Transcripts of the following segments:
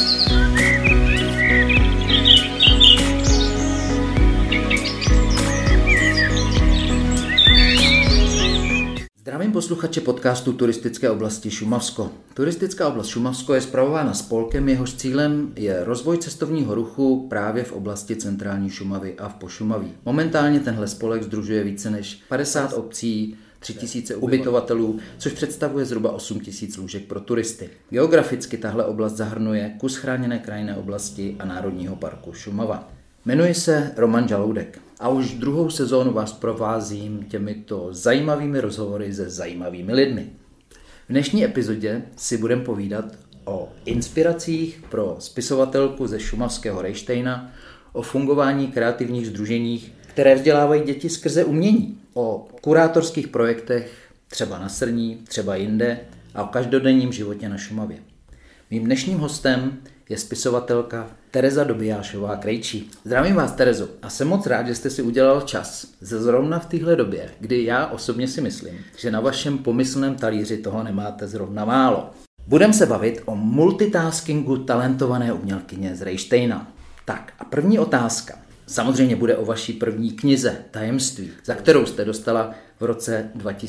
Zdravím posluchače podcastu Turistické oblasti Šumavsko. Turistická oblast Šumavsko je spravována spolkem, jehož cílem je rozvoj cestovního ruchu právě v oblasti centrální Šumavy a v Pošumaví. Momentálně tenhle spolek sdružuje více než 50 obcí, 3000 ubytovatelů, což představuje zhruba 8000 lůžek pro turisty. Geograficky tahle oblast zahrnuje kus chráněné krajinné oblasti a Národního parku Šumava. Jmenuji se Roman Žaloudek a už druhou sezónu vás provázím těmito zajímavými rozhovory se zajímavými lidmi. V dnešní epizodě si budeme povídat o inspiracích pro spisovatelku ze šumavského Rejštejna, o fungování kreativních sdruženích, které vzdělávají děti skrze umění, o kurátorských projektech třeba na Srní, třeba jinde a o každodenním životě na Šumavě. Mým dnešním hostem je spisovatelka Tereza Dobijášová Krejčí. Zdravím vás, Terezo, a jsem moc rád, že jste si udělal čas zrovna v téhle době, kdy já osobně si myslím, že na vašem pomyslném talíři toho nemáte zrovna málo. Budeme se bavit o multitaskingu talentované umělkyně z Rejštejna. Tak a první otázka. Samozřejmě bude o vaší první knize Tajemství, za kterou jste dostala v roce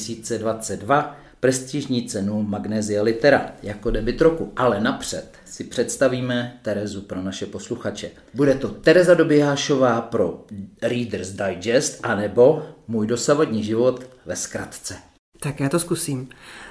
2022 prestižní cenu Magnesia Litera jako debut roku, ale napřed si představíme Terezu pro naše posluchače. Bude to Tereza Dobijášová pro Reader's Digest anebo Můj dosavadní život ve zkratce. Tak já to zkusím.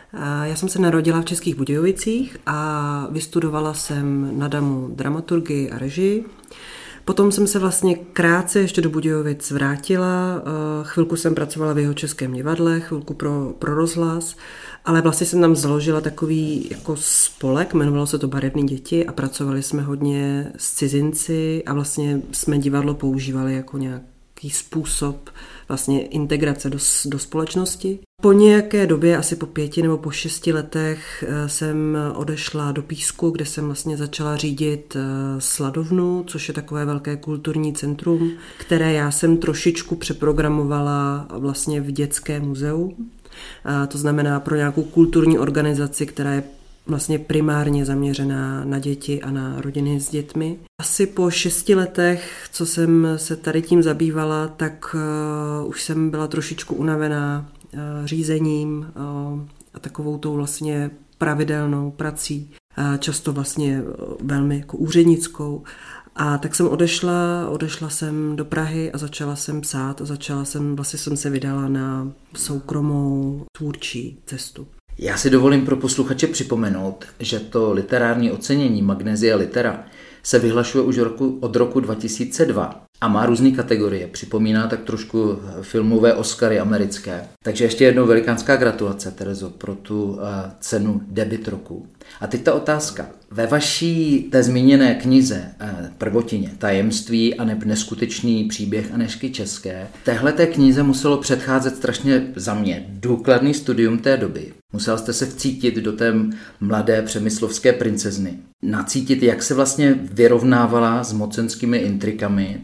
Já jsem se narodila v Českých Budějovicích a vystudovala jsem na DAMu dramaturgii a režii. Potom jsem se vlastně krátce ještě do Budějovic vrátila, chvilku jsem pracovala v Jihočeském divadle, chvilku pro rozhlas, ale vlastně jsem tam založila takový jako spolek, jmenovalo se to Barevné děti a pracovali jsme hodně s cizinci a vlastně jsme divadlo používali jako nějaký způsob vlastně integrace do společnosti. Po nějaké době, asi po 5 nebo po 6 letech, jsem odešla do Písku, kde jsem vlastně začala řídit Sladovnu, což je takové velké kulturní centrum, které já jsem trošičku přeprogramovala vlastně v dětském muzeu. To znamená pro nějakou kulturní organizaci, která je vlastně primárně zaměřená na děti a na rodiny s dětmi. Asi po 6 letech, co jsem se tady tím zabývala, tak už jsem byla trošičku unavená řízením a takovou tou vlastně pravidelnou prací, často vlastně velmi jako úřednickou. A tak jsem odešla jsem do Prahy a začala jsem psát a vlastně jsem se vydala na soukromou tvůrčí cestu. Já si dovolím pro posluchače připomenout, že to literární ocenění Magnesia Litera se vyhlašuje už od roku 2002 a má různé kategorie. Připomíná tak trošku filmové Oscary americké. Takže ještě jednou velikánská gratulace, Terezo, pro tu cenu debut roku. A teď ta otázka. Ve vaší té zmíněné knize prvotině Tajemství a neskutečný příběh Anežky České, téhleté knize muselo předcházet strašně za mě důkladný studium té doby. Musel jste se vcítit do té mladé přemyslovské princezny. Nacítit, jak se vlastně vyrovnávala s mocenskými intrikami,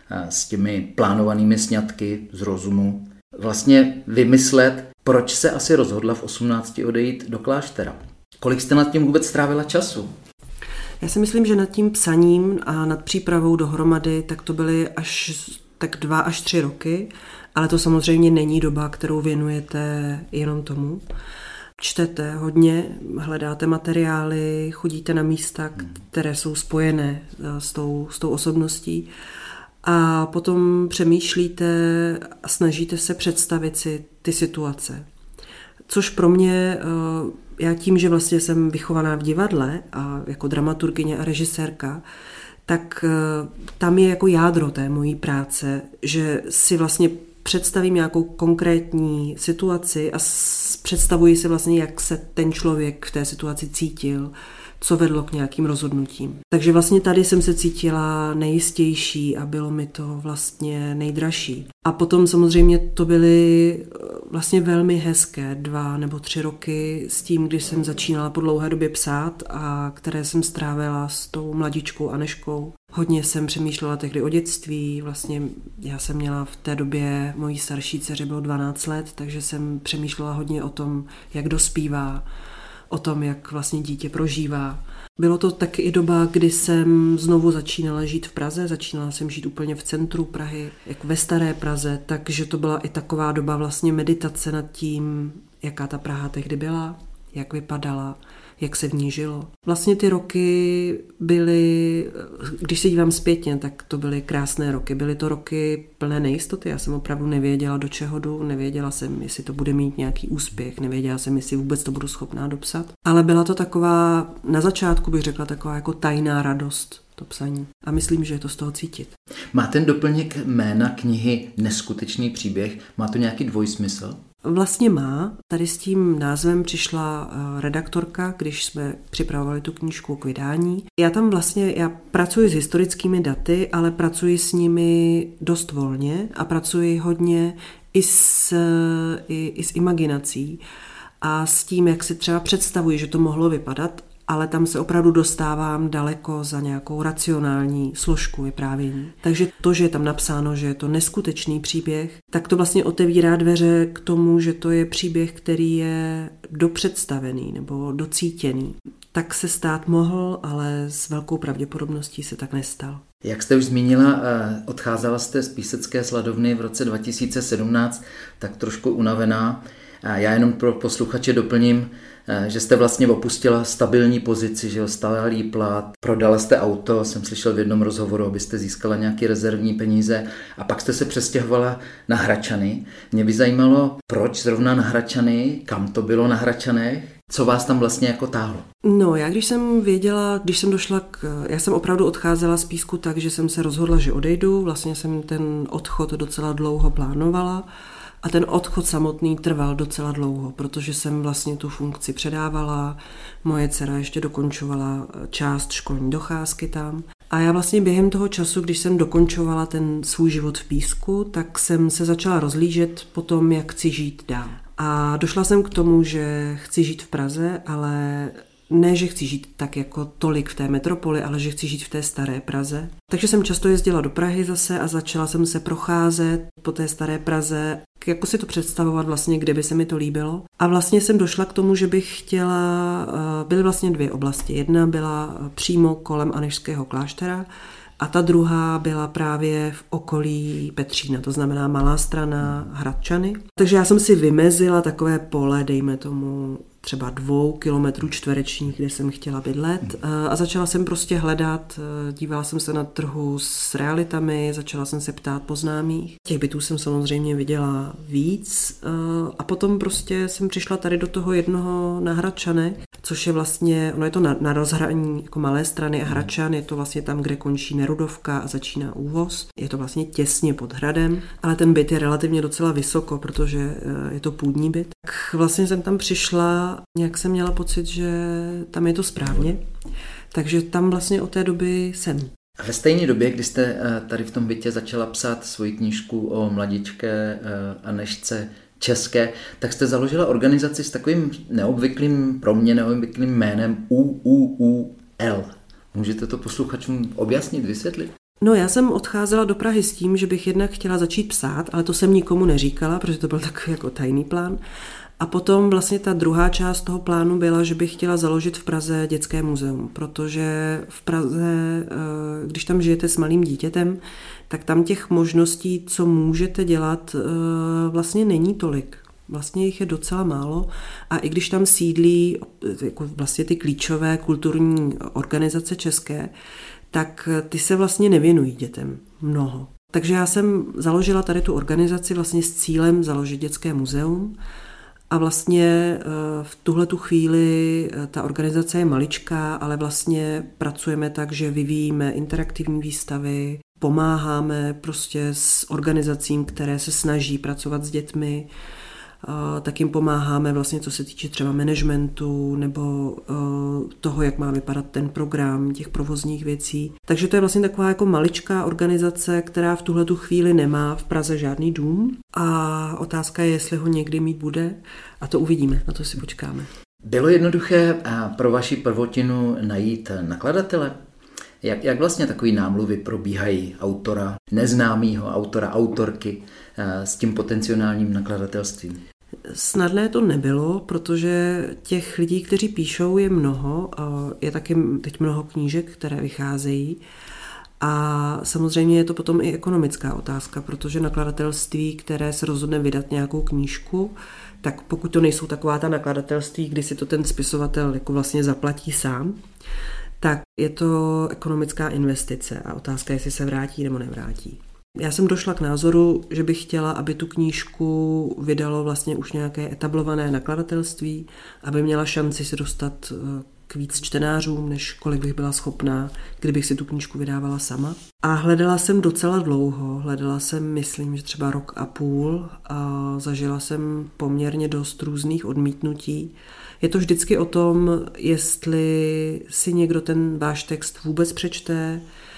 s těmi plánovanými sňatky z rozumu. Vlastně vymyslet, proč se asi rozhodla v 18 odejít do kláštera. Kolik jste nad tím vůbec strávila času? Já si myslím, že nad tím psaním a nad přípravou dohromady, tak to byly až tak 2 až 3 roky, ale to samozřejmě není doba, kterou věnujete jenom tomu. Čtete hodně, hledáte materiály, chodíte na místa, které jsou spojené s tou osobností a potom přemýšlíte a snažíte se představit si ty situace. Což pro mě, já tím, že vlastně jsem vychovaná v divadle a jako dramaturgyně a režisérka, tak tam je jako jádro té mojí práce, že si vlastně představím nějakou konkrétní situaci a představuji si vlastně, jak se ten člověk v té situaci cítil, co vedlo k nějakým rozhodnutím. Takže vlastně tady jsem se cítila nejistější a bylo mi to vlastně nejdražší. A potom samozřejmě to byly vlastně velmi hezké 2 nebo 3 roky s tím, když jsem začínala po dlouhé době psát a které jsem strávila s tou mladičkou Anežkou. Hodně jsem přemýšlela tehdy o dětství, vlastně já jsem měla v té době, mojí starší dceři bylo 12 let, takže jsem přemýšlela hodně o tom, jak dospívá, o tom, jak vlastně dítě prožívá. Bylo to taky i doba, kdy jsem znovu začínala žít v Praze, začínala jsem žít úplně v centru Prahy, jako ve staré Praze, takže to byla i taková doba vlastně meditace nad tím, jaká ta Praha tehdy byla, jak vypadala, jak se v ní žilo. Vlastně ty roky byly, když se dívám zpětně, tak to byly krásné roky. Byly to roky plné nejistoty. Já jsem opravdu nevěděla, do čeho jdu, nevěděla jsem, jestli to bude mít nějaký úspěch, nevěděla jsem, jestli vůbec to budu schopná dopsat. Ale byla to taková, na začátku bych řekla, taková jako tajná radost, to psaní. A myslím, že je to z toho cítit. Má ten doplněk jména knihy Neskutečný příběh, má to nějaký dvojsmysl? Vlastně má. Tady s tím názvem přišla redaktorka, když jsme připravovali tu knížku k vydání. Já pracuji s historickými daty, ale pracuji s nimi dost volně a pracuji hodně i s imaginací a s tím, jak si třeba představuji, že to mohlo vypadat, ale tam se opravdu dostávám daleko za nějakou racionální složku vyprávění. Takže to, že je tam napsáno, že je to neskutečný příběh, tak to vlastně otevírá dveře k tomu, že to je příběh, který je dopředstavený nebo docítěný. Tak se stát mohl, ale s velkou pravděpodobností se tak nestal. Jak jste už zmínila, odcházela jste z Písecké sladovny v roce 2017, tak trošku unavená. Já jenom pro posluchače doplním, že jste vlastně opustila stabilní pozici, že jo, stálý plat, prodala jste auto, jsem slyšel v jednom rozhovoru, abyste získala nějaké rezervní peníze a pak jste se přestěhovala na Hradčany. Mě by zajímalo, proč zrovna na Hradčany, kam to bylo na Hradčanech, co vás tam vlastně jako táhlo? No, já když jsem došla já jsem opravdu odcházela z Písku tak, že jsem se rozhodla, že odejdu, vlastně jsem ten odchod docela dlouho plánovala. A ten odchod samotný trval docela dlouho, protože jsem vlastně tu funkci předávala, moje dcera ještě dokončovala část školní docházky tam. A já vlastně během toho času, když jsem dokončovala ten svůj život v Písku, tak jsem se začala rozhlížet po tom, jak chci žít dál. A došla jsem k tomu, že chci žít v Praze, ale ne, že chci žít tak jako tolik v té metropoli, ale že chci žít v té staré Praze. Takže jsem často jezdila do Prahy zase a začala jsem se procházet po té staré Praze, jako si to představovat vlastně, kde by se mi to líbilo. A vlastně jsem došla k tomu, že bych chtěla, byly vlastně dvě oblasti. Jedna byla přímo kolem Anežského kláštera a ta druhá byla právě v okolí Petřína, to znamená Malá Strana, Hradčany. Takže já jsem si vymezila takové pole, dejme tomu třeba 2 kilometrů čtverečních, kde jsem chtěla bydlet a začala jsem prostě hledat, dívala jsem se na trhu s realitami, začala jsem se ptát po známých. Těch bytů jsem samozřejmě viděla víc a potom prostě jsem přišla tady do toho jednoho na Hradčanech, což je vlastně, ono je to na rozhraní jako Malé Strany a Hradčan, je to vlastně tam, kde končí Nerudovka a začíná Úvoz. Je to vlastně těsně pod hradem, ale ten byt je relativně docela vysoko, protože je to půdní byt. Tak vlastně jsem tam přišla, nějak jsem měla pocit, že tam je to správně, takže tam vlastně od té doby jsem. A ve stejné době, kdy jste tady v tom bytě začala psát svoji knížku o mladičké Anežce České, tak jste založila organizaci s takovým pro mě neobvyklým jménem UUUL. Můžete to posluchačům objasnit, vysvětlit? No, já jsem odcházela do Prahy s tím, že bych jednak chtěla začít psát, ale to jsem nikomu neříkala, protože to byl takový jako tajný plán. A potom vlastně ta druhá část toho plánu byla, že bych chtěla založit v Praze dětské muzeum, protože v Praze, když tam žijete s malým dítětem, tak tam těch možností, co můžete dělat, vlastně není tolik. Vlastně jich je docela málo a i když tam sídlí jako vlastně ty klíčové kulturní organizace české, tak ty se vlastně nevěnují dětem mnoho. Takže já jsem založila tady tu organizaci vlastně s cílem založit dětské muzeum. A vlastně v tuhletu chvíli ta organizace je maličká, ale vlastně pracujeme tak, že vyvíjíme interaktivní výstavy, pomáháme prostě s organizacím, které se snaží pracovat s dětmi, tak jim pomáháme vlastně, co se týče třeba managementu nebo toho, jak má vypadat ten program, těch provozních věcí. Takže to je vlastně taková jako maličká organizace, která v tuhletu chvíli nemá v Praze žádný dům a otázka je, jestli ho někdy mít bude a to uvidíme, na to si počkáme. Bylo jednoduché pro vaši prvotinu najít nakladatele? Jak vlastně takový námluvy probíhají autora, neznámého autora, autorky s tím potenciálním nakladatelstvím? Snadné to nebylo, protože těch lidí, kteří píšou, je mnoho. Je taky teď mnoho knížek, které vycházejí. A samozřejmě je to potom i ekonomická otázka, protože nakladatelství, které se rozhodne vydat nějakou knížku, tak pokud to nejsou taková ta nakladatelství, kdy si to ten spisovatel jako vlastně zaplatí sám, tak je to ekonomická investice a otázka, jestli se vrátí nebo nevrátí. Já jsem došla k názoru, že bych chtěla, aby tu knížku vydalo vlastně už nějaké etablované nakladatelství, aby měla šanci se dostat k víc čtenářům, než kolik bych byla schopná, kdybych si tu knížku vydávala sama. A hledala jsem docela dlouho, hledala jsem, myslím, že třeba 1,5 roku a zažila jsem poměrně dost různých odmítnutí. Je to vždycky o tom, jestli si někdo ten váš text vůbec přečte,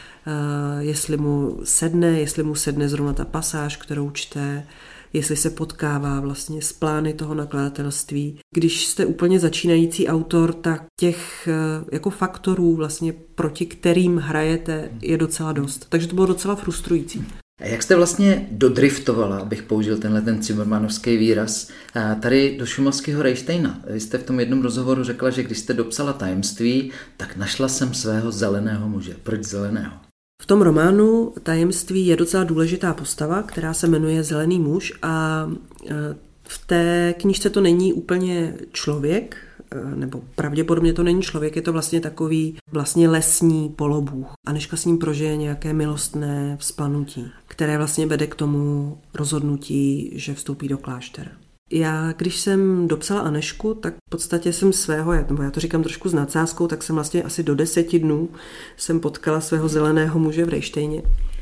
jestli mu sedne zrovna ta pasáž, kterou čte, jestli se potkává vlastně s plány toho nakladatelství. Když jste úplně začínající autor, tak těch jako faktorů vlastně proti kterým hrajete je docela dost. Takže to bylo docela frustrující. A jak jste vlastně dodriftovala, abych použil ten cimrmanovský výraz, tady do šumavského Rejštejna? Vy jste v tom jednom rozhovoru řekla, že když jste dopsala Tajemství, tak našla jsem svého zeleného muže. Proč zeleného? V tom románu Tajemství je docela důležitá postava, která se jmenuje Zelený muž a v té knížce to není úplně člověk, nebo pravděpodobně to není člověk, je to vlastně takový vlastně lesní polobůh. Anežka s ním prožije nějaké milostné vzplanutí, které vlastně vede k tomu rozhodnutí, že vstoupí do kláštera. Já, když jsem dopsala Anežku, tak v podstatě jsem nebo já to říkám trošku s nadsázkou, tak jsem vlastně asi do 10 dnů jsem potkala svého zeleného muže v Rejštejně.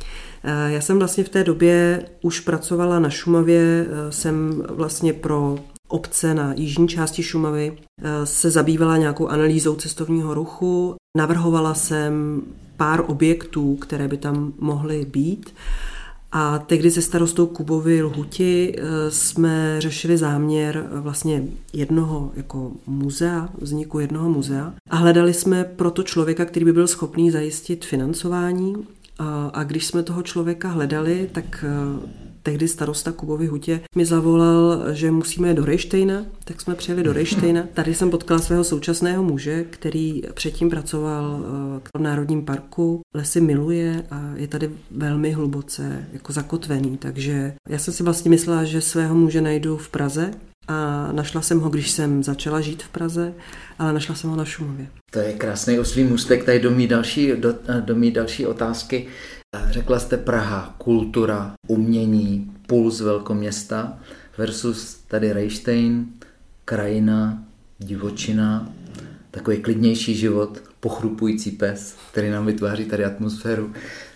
Já jsem vlastně v té době už pracovala na Šumavě, jsem vlastně pro obce na jižní části Šumavy se zabývala nějakou analýzou cestovního ruchu, navrhovala jsem pár objektů, které by tam mohly být. A tehdy se starostou Kubovy Lhuti jsme řešili záměr vlastně jednoho jako muzea, vzniku jednoho muzea a hledali jsme proto člověka, který by byl schopný zajistit financování. A když jsme toho člověka hledali, tak tehdy starosta Kubovy Hutě mi zavolal, že musíme jít do Rejštejna, tak jsme přijeli do Rejštejna. Tady jsem potkala svého současného muže, který předtím pracoval v Národním parku. Lesy miluje a je tady velmi hluboce jako zakotvený, takže já jsem si vlastně myslela, že svého muže najdu v Praze a našla jsem ho, když jsem začala žít v Praze, ale našla jsem ho na Šumavě. To je krásný oslý můstek tady do mý další otázky. Řekla jste Praha, kultura, umění, puls velkoměsta versus tady Rejštejn, krajina, divočina, takový klidnější život, pochrupující pes, který nám vytváří tady atmosféru.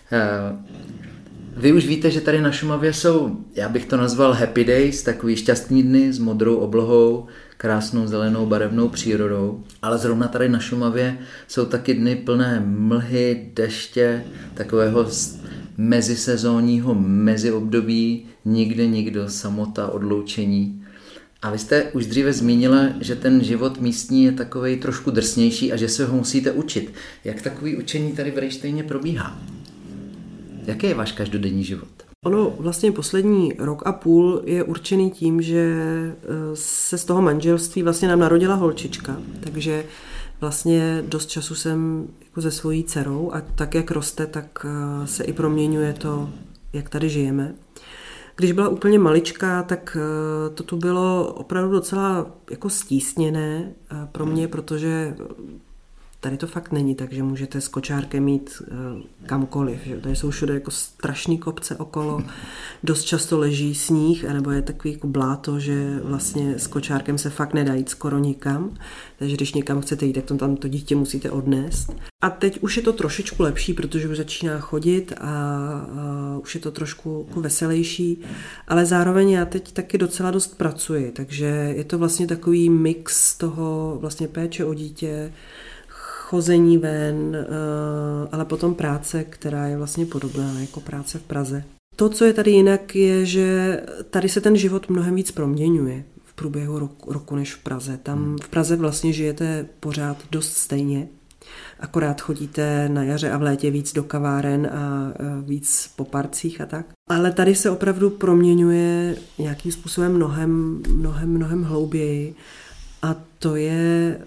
Vy už víte, že tady na Šumavě jsou, já bych to nazval happy days, takový šťastný dny s modrou oblohou, krásnou zelenou barevnou přírodou, ale zrovna tady na Šumavě jsou taky dny plné mlhy, deště, takového mezisezónního meziobdobí, nikde nikdo, samota, odloučení. A vy jste už dříve zmínila, že ten život místní je takovej trošku drsnější a že se ho musíte učit. Jak takový učení tady v Rejštejně probíhá? Jaký je váš každodenní život? Ono vlastně poslední 1,5 roku je určený tím, že se z toho manželství vlastně nám narodila holčička, takže vlastně dost času jsem jako se svojí dcerou a tak, jak roste, tak se i proměňuje to, jak tady žijeme. Když byla úplně maličká, tak to tu bylo opravdu docela jako stísněné pro mě, protože tady to fakt není tak, že můžete s kočárkem jít kamkoliv. Že? Tady jsou všude jako strašný kopce okolo, dost často leží sníh, anebo je takový jako bláto, že vlastně s kočárkem se fakt nedá jít skoro nikam. Takže když někam chcete jít, tak tam to dítě musíte odnést. A teď už je to trošičku lepší, protože už začíná chodit a už je to trošku jako veselější, ale zároveň já teď taky docela dost pracuji, takže je to vlastně takový mix toho vlastně péče o dítě, chození ven, ale potom práce, která je vlastně podobná jako práce v Praze. To, co je tady jinak, je, že tady se ten život mnohem víc proměňuje v průběhu roku než v Praze. Tam v Praze vlastně žijete pořád dost stejně. Akorát chodíte na jaře a v létě víc do kaváren a víc po parcích a tak. Ale tady se opravdu proměňuje nějakým způsobem mnohem hlouběji a to je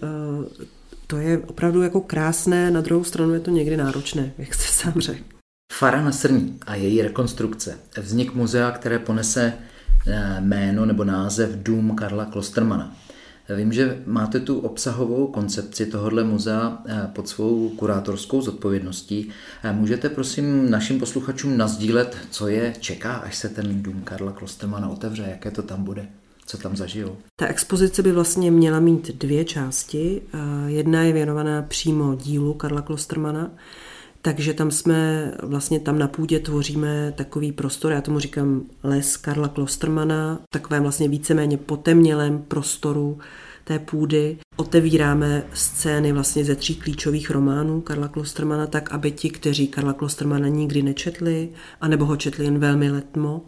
opravdu jako krásné, na druhou stranu je to někdy náročné, jak jste sám řekl. Fara na Srní a její rekonstrukce. Vznik muzea, které ponese jméno nebo název Dům Karla Klostermana. Vím, že máte tu obsahovou koncepci tohohle muzea pod svou kurátorskou zodpovědností. Můžete prosím našim posluchačům nasdílet, co je čeká, až se ten Dům Karla Klostermana otevře, jaké to tam bude, co tam zažijou? Ta expozice by vlastně měla mít 2 části. Jedna je věnovaná přímo dílu Karla Klostermana, takže tam na půdě tvoříme takový prostor, já tomu říkám les Karla Klostermana, takovém vlastně víceméně potemnělém prostoru té půdy. Otevíráme scény vlastně ze 3 klíčových románů Karla Klostermana, tak aby ti, kteří Karla Klostermana nikdy nečetli, anebo ho četli jen velmi letmo,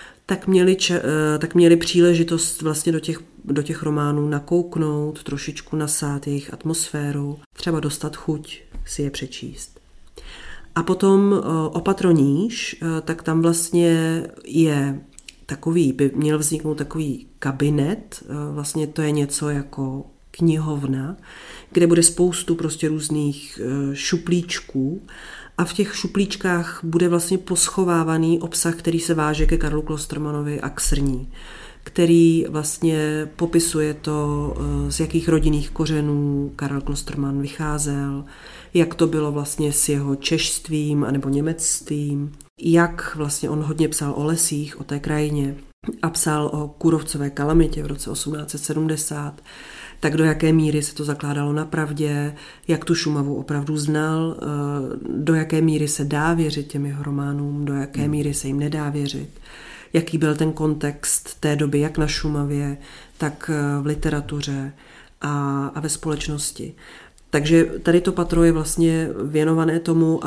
tak měli příležitost vlastně do těch románů nakouknout, trošičku nasát jejich atmosféru, třeba dostat chuť si je přečíst. A potom opatro níž, tak tam vlastně by měl vzniknout takový kabinet, vlastně to je něco jako knihovna, kde bude spoustu prostě různých šuplíčků a v těch šuplíčkách bude vlastně poschovávaný obsah, který se váže ke Karlu Klostermanovi a k Srní, který vlastně popisuje to, z jakých rodinných kořenů Karel Klosterman vycházel, jak to bylo vlastně s jeho češstvím anebo němectvím, jak vlastně on hodně psal o lesích, o té krajině a psal o kůrovcové kalamitě v roce 1870, tak do jaké míry se to zakládalo na pravdě, jak tu Šumavu opravdu znal, do jaké míry se dá věřit těm jeho románům, do jaké míry se jim nedá věřit, jaký byl ten kontext té doby, jak na Šumavě, tak v literatuře a ve společnosti. Takže tady to patro je vlastně věnované tomu,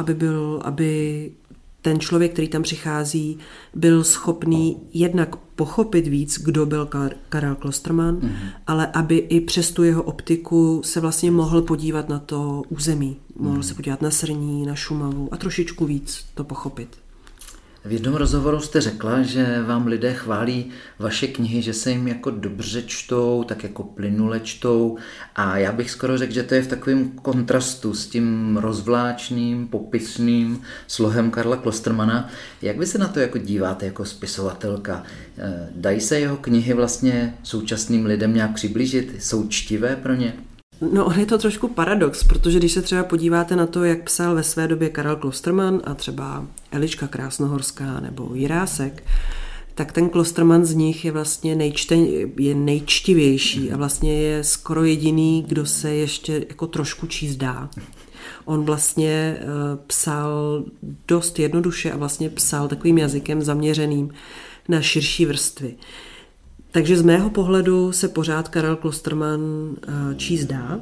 aby ten člověk, který tam přichází, byl schopný jednak pochopit víc, kdo byl Karel Klosterman, ale aby i přes tu jeho optiku se vlastně mohl podívat na to území. Mohl se podívat na Srní, na Šumavu a trošičku víc to pochopit. V jednom rozhovoru jste řekla, že vám lidé chválí vaše knihy, že se jim jako dobře čtou, tak jako plynule čtou a já bych skoro řekl, že to je v takovém kontrastu s tím rozvláčným, popisným slohem Karla Klostermana. Jak vy se na to jako díváte jako spisovatelka? Dají se jeho knihy vlastně současným lidem nějak přiblížit? Jsou čtivé pro ně? No, je to trošku paradox, protože když se třeba podíváte na to, jak psal ve své době Karel Klosterman a třeba Eliška Krásnohorská nebo Jirásek, tak ten Klosterman z nich je vlastně nejčtivější a vlastně je skoro jediný, kdo se ještě jako trošku číst dá. On vlastně psal dost jednoduše a vlastně psal takovým jazykem zaměřeným na širší vrstvy. Takže z mého pohledu se pořád Karel Klosterman číst dá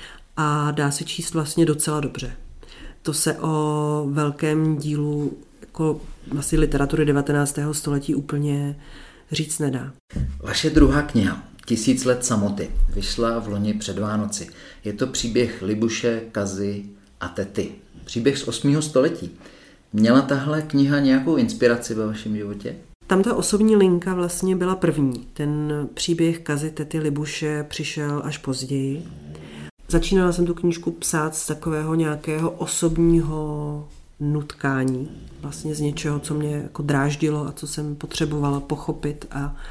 a dá se číst vlastně docela dobře. To se o velkém dílu jako vlastně literatury 19. století úplně říct nedá. Vaše druhá kniha, 1000 let samoty, vyšla v loni před Vánoci. Je to příběh Libuše, Kazy a Tety. Příběh z 8. století. Měla tahle kniha nějakou inspiraci ve vašem životě? Tam ta osobní linka vlastně byla první. Ten příběh Kazy, Tety, Libuše přišel až později. Začínala jsem tu knížku psát z takového nějakého osobního nutkání. Vlastně z něčeho, co mě jako dráždilo a co jsem potřebovala pochopit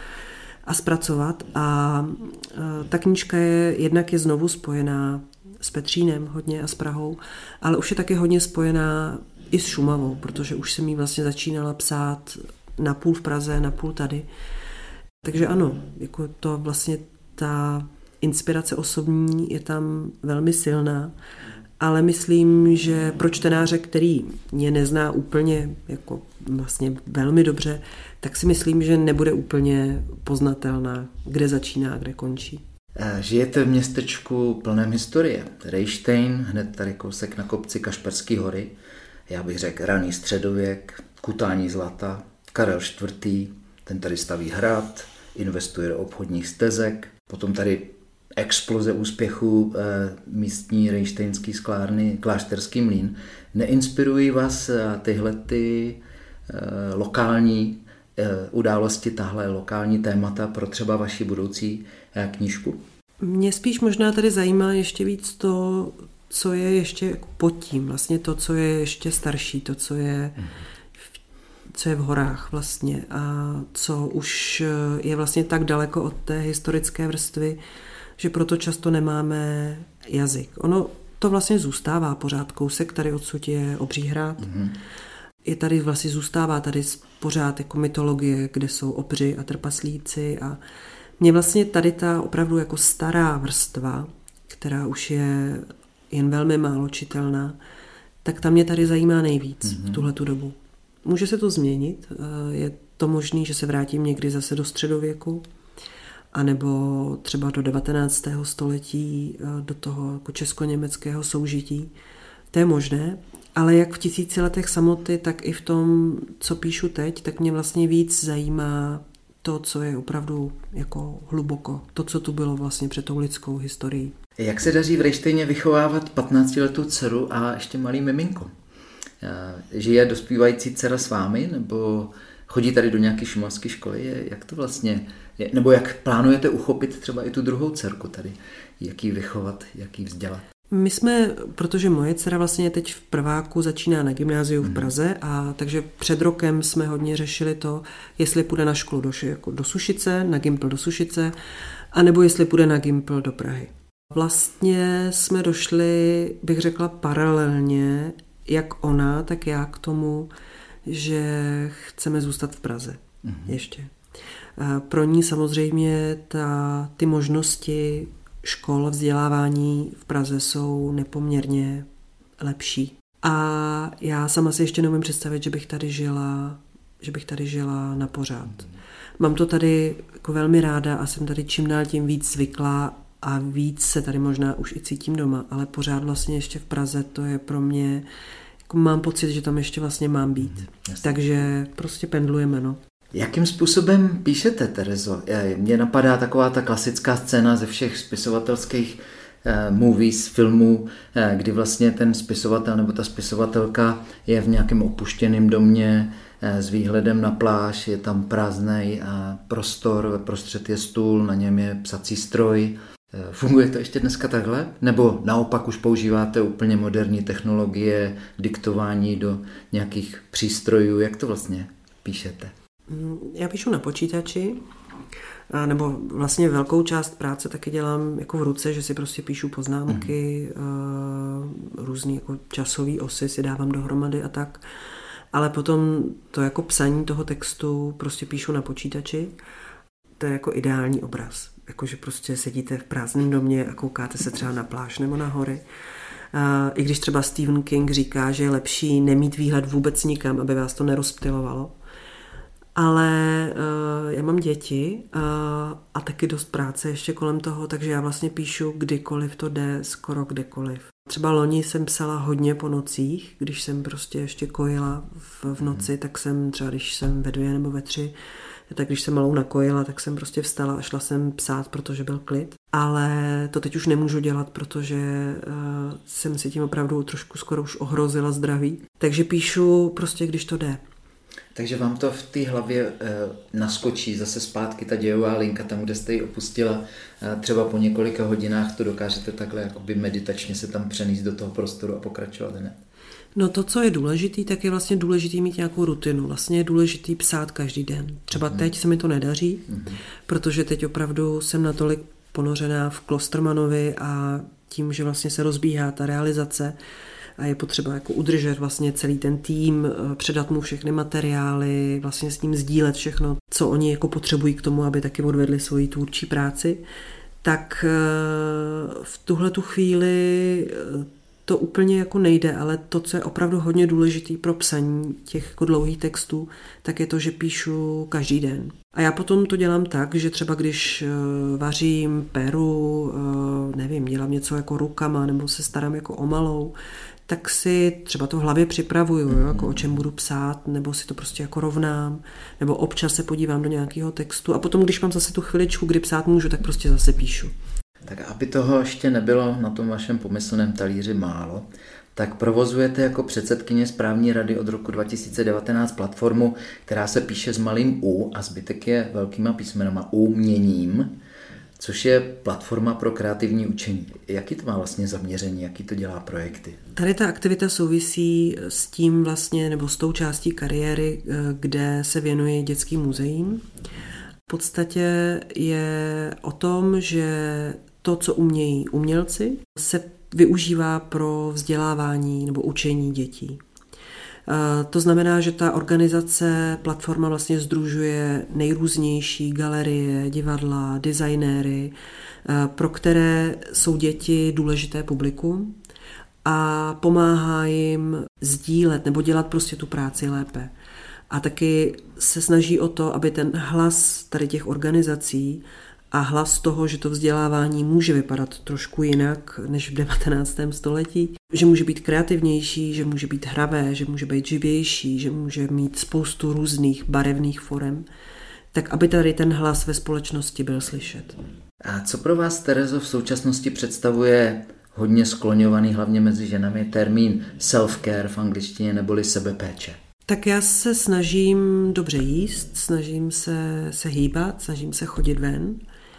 a zpracovat. A ta knížka je znovu spojená s Petřínem hodně a s Prahou, ale už je taky hodně spojená i s Šumavou, protože už jsem jí vlastně začínala psát napůl v Praze, napůl tady. Takže ano, jako to vlastně ta inspirace osobní je tam velmi silná, ale myslím, že pro čtenáře, který mě nezná úplně jako vlastně velmi dobře, tak si myslím, že nebude úplně poznatelná, kde začíná a kde končí. Žijete v městečku plném historie. Rejštejn, hned tady kousek na kopci Kašperský hory, já bych řekl raný středověk, kutání zlata, Karel IV., ten tady staví hrad, investuje do obchodních stezek, potom tady exploze úspěchu místní rejštejnský sklárny Klášterský mlýn. Neinspirují vás tyhle ty lokální události, tahle lokální témata pro třeba vaši budoucí knížku? Mě spíš možná tady zajímá ještě víc to, co je ještě pod tím, vlastně to, co je ještě starší, to, co je v horách vlastně a co už je vlastně tak daleko od té historické vrstvy, že proto často nemáme jazyk. Ono to vlastně zůstává pořád kousek, tady odsud je Obří hrad. Je tady vlastně zůstává tady pořád jako mytologie, kde jsou obři a trpaslíci a mě vlastně tady ta opravdu jako stará vrstva, která už je jen velmi málo čitelná, tak ta mě tady zajímá nejvíc v tuhletu dobu. Může se to změnit, je to možné, že se vrátím někdy zase do středověku, anebo třeba do 19. století, do toho jako česko-německého soužití. To je možné, ale jak v Tisíci letech samoty, tak i v tom, co píšu teď, tak mě vlastně víc zajímá to, co je opravdu jako hluboko, to, co tu bylo vlastně před tou lidskou historií. Jak se daří v Rejštejně vychovávat 15letou dceru a ještě malý miminko? Žije dospívající dcera s vámi, nebo chodí tady do nějaké šumavské školy? Jak to vlastně je? Nebo jak plánujete uchopit třeba i tu druhou dcerku tady? Jak ji vychovat, jak ji vzdělat? My jsme, protože moje dcera vlastně teď v prváku začíná na gymnáziu v Praze, a takže před rokem jsme hodně řešili to, jestli půjde na školu do Sušice, na Gimpl do Sušice, anebo jestli půjde na Gimpl do Prahy. Vlastně jsme došli, bych řekla, paralelně, jak ona, tak já k tomu, že chceme zůstat v Praze ještě. Pro ní samozřejmě ty možnosti škol vzdělávání v Praze jsou nepoměrně lepší. A já sama si ještě neumím představit, že bych tady žila na pořád. Mám to tady jako velmi ráda a jsem tady čím dál tím víc zvyklá a víc se tady možná už i cítím doma, ale pořád vlastně ještě v Praze to je pro mě, jako mám pocit, že tam ještě vlastně mám být. Takže prostě pendlujeme, no. Jakým způsobem píšete, Terezo? Mně napadá taková ta klasická scéna ze všech spisovatelských movies, filmů, kdy vlastně ten spisovatel nebo ta spisovatelka je v nějakém opuštěném domě s výhledem na pláž, je tam prázdný prostor, ve prostřed je stůl, na něm je psací stroj. Funguje to ještě dneska takhle? Nebo naopak už používáte úplně moderní technologie, diktování do nějakých přístrojů? Jak to vlastně píšete? Já píšu na počítači, nebo vlastně velkou část práce taky dělám jako v ruce, že si prostě píšu poznámky, různý jako časový osy si dávám dohromady a tak. Ale potom to jako psaní toho textu prostě píšu na počítači. To je jako ideální obraz. Jakože prostě sedíte v prázdném domě a koukáte se třeba na pláž nebo na hory. I když třeba Stephen King říká, že je lepší nemít výhled vůbec nikam, aby vás to nerozptylovalo. Ale já mám děti a taky dost práce ještě kolem toho, takže já vlastně píšu kdykoliv to jde, skoro kdekoliv. Třeba loni jsem psala hodně po nocích, když jsem prostě ještě kojila v noci, tak jsem třeba, když jsem ve 2 nebo ve 3, tak když jsem malou nakojila, tak jsem prostě vstala a šla jsem psát, protože byl klid. Ale to teď už nemůžu dělat, protože jsem si tím opravdu trošku skoro už ohrozila zdraví. Takže píšu prostě, když to jde. Takže vám to v té hlavě naskočí zase zpátky ta dějová linka tam, kde jste ji opustila. Třeba po několika hodinách to dokážete takhle jakoby meditačně se tam přenést do toho prostoru a pokračovat, ne? No to, co je důležitý, tak je vlastně důležitý mít nějakou rutinu. Vlastně je důležitý psát každý den. Třeba teď se mi to nedaří, protože teď opravdu jsem natolik ponořená v Klostermanovi a tím, že vlastně se rozbíhá ta realizace, a je potřeba jako udržet vlastně celý ten tým, předat mu všechny materiály, vlastně s ním sdílet všechno, co oni jako potřebují k tomu, aby taky odvedli svoji tvůrčí práci, tak v tuhletu chvíli to úplně jako nejde, ale to, co je opravdu hodně důležitý pro psaní těch jako dlouhých textů, tak je to, že píšu každý den. A já potom to dělám tak, že třeba když vařím, peru, nevím, dělám něco jako rukama nebo se starám jako o malou, tak si třeba to v hlavě připravuju, jo, jako o čem budu psát, nebo si to prostě jako rovnám, nebo občas se podívám do nějakého textu a potom, když mám zase tu chviličku, kdy psát můžu, tak prostě zase píšu. Tak aby toho ještě nebylo na tom vašem pomyslném talíři málo, tak provozujete jako předsedkyně správní rady od roku 2019 platformu, která se píše s malým U a zbytek je velkýma písmenama Uměním, což je platforma pro kreativní učení. Jaký to má vlastně zaměření, jaký to dělá projekty? Tady ta aktivita souvisí s tím vlastně, nebo s tou částí kariéry, kde se věnuje dětským muzeím. V podstatě je o tom, že to, co umějí umělci, se využívá pro vzdělávání nebo učení dětí. To znamená, že ta organizace, platforma vlastně sdružuje nejrůznější galerie, divadla, designéry, pro které jsou děti důležité publikum a pomáhá jim sdílet nebo dělat prostě tu práci lépe. A taky se snaží o to, aby ten hlas tady těch organizací a hlas toho, že to vzdělávání může vypadat trošku jinak než v 19. století, že může být kreativnější, že může být hravé, že může být živější, že může mít spoustu různých barevných forem, tak aby tady ten hlas ve společnosti byl slyšet. A co pro vás, Terezo, v současnosti představuje hodně skloňovaný, hlavně mezi ženami, termín self-care v angličtině neboli sebepéče? Tak já se snažím dobře jíst, snažím se hýbat, snažím se chodit ven.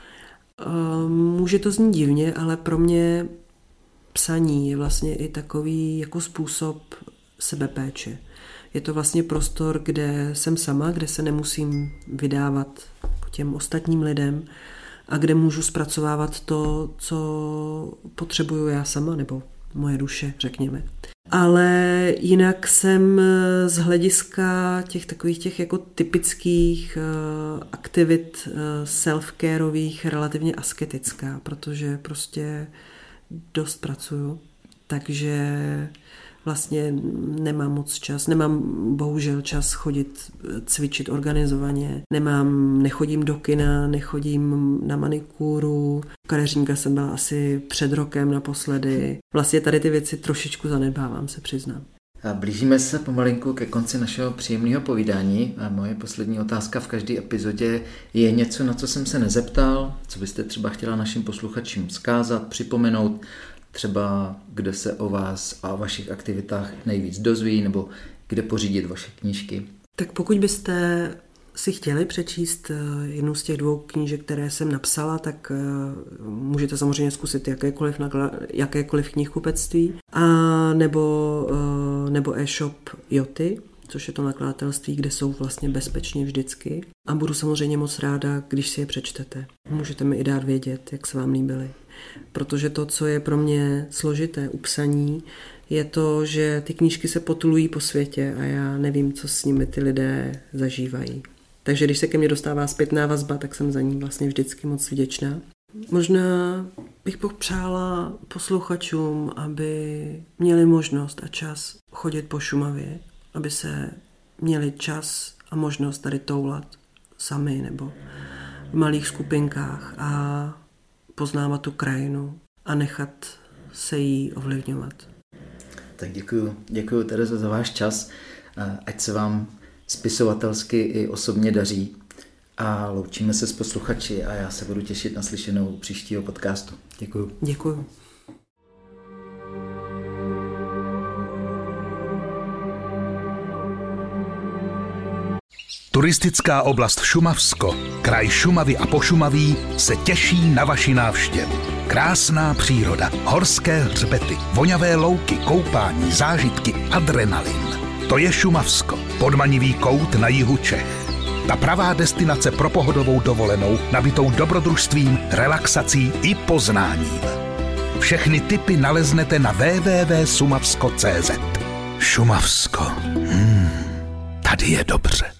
Může to znít divně, ale pro mě psaní je vlastně i takový jako způsob sebepéče. Je to vlastně prostor, kde jsem sama, kde se nemusím vydávat těm ostatním lidem a kde můžu zpracovávat to, co potřebuju já sama, nebo moje duše, řekněme. Ale jinak jsem z hlediska těch takových těch jako typických aktivit self-careových relativně asketická, protože prostě dost pracuju, takže vlastně nemám moc čas, nemám bohužel čas chodit cvičit organizovaně, nechodím do kina, nechodím na manikúru, kadeřníka jsem byla asi před rokem naposledy. Vlastně tady ty věci trošičku zanedbávám, se přiznám. A blížíme se pomalinku ke konci našeho příjemného povídání a moje poslední otázka v každé epizodě je něco, na co jsem se nezeptal, co byste třeba chtěla našim posluchačům vzkázat, připomenout, třeba kde se o vás a o vašich aktivitách nejvíc dozví, nebo kde pořídit vaše knížky. Tak pokud byste si chtěli přečíst jednu z těch 2 knížek, které jsem napsala, tak můžete samozřejmě zkusit jakékoliv knihkupectví, a nebo e-shop Joty, což je to nakladatelství, kde jsou vlastně bezpečně vždycky. A budu samozřejmě moc ráda, když si je přečtete. Můžete mi i dát vědět, jak se vám líbily. Protože to, co je pro mě složité u psaní, je to, že ty knížky se potulují po světě a já nevím, co s nimi ty lidé zažívají. Takže když se ke mně dostává zpětná vazba, tak jsem za ní vlastně vždycky moc vděčná. Možná bych popřála posluchačům, aby měli možnost a čas chodit po Šumavě, aby se měli čas a možnost tady toulat sami nebo v malých skupinkách a poznávat tu krajinu a nechat se jí ovlivňovat. Tak děkuju Terezo za váš čas, ať se vám spisovatelsky i osobně daří a loučíme se s posluchači a já se budu těšit na slyšenou příštího podcastu. Děkuju. Turistická oblast Šumavsko, kraj Šumavy a Pošumaví se těší na vaši návštěvu. Krásná příroda, horské hřbety, voňavé louky, koupání, zážitky, adrenalin. To je Šumavsko, podmanivý kout na jihu Čech. Ta pravá destinace pro pohodovou dovolenou, nabitou dobrodružstvím, relaxací i poznáním. Všechny tipy naleznete na www.sumavsko.cz. Šumavsko. Tady je dobře.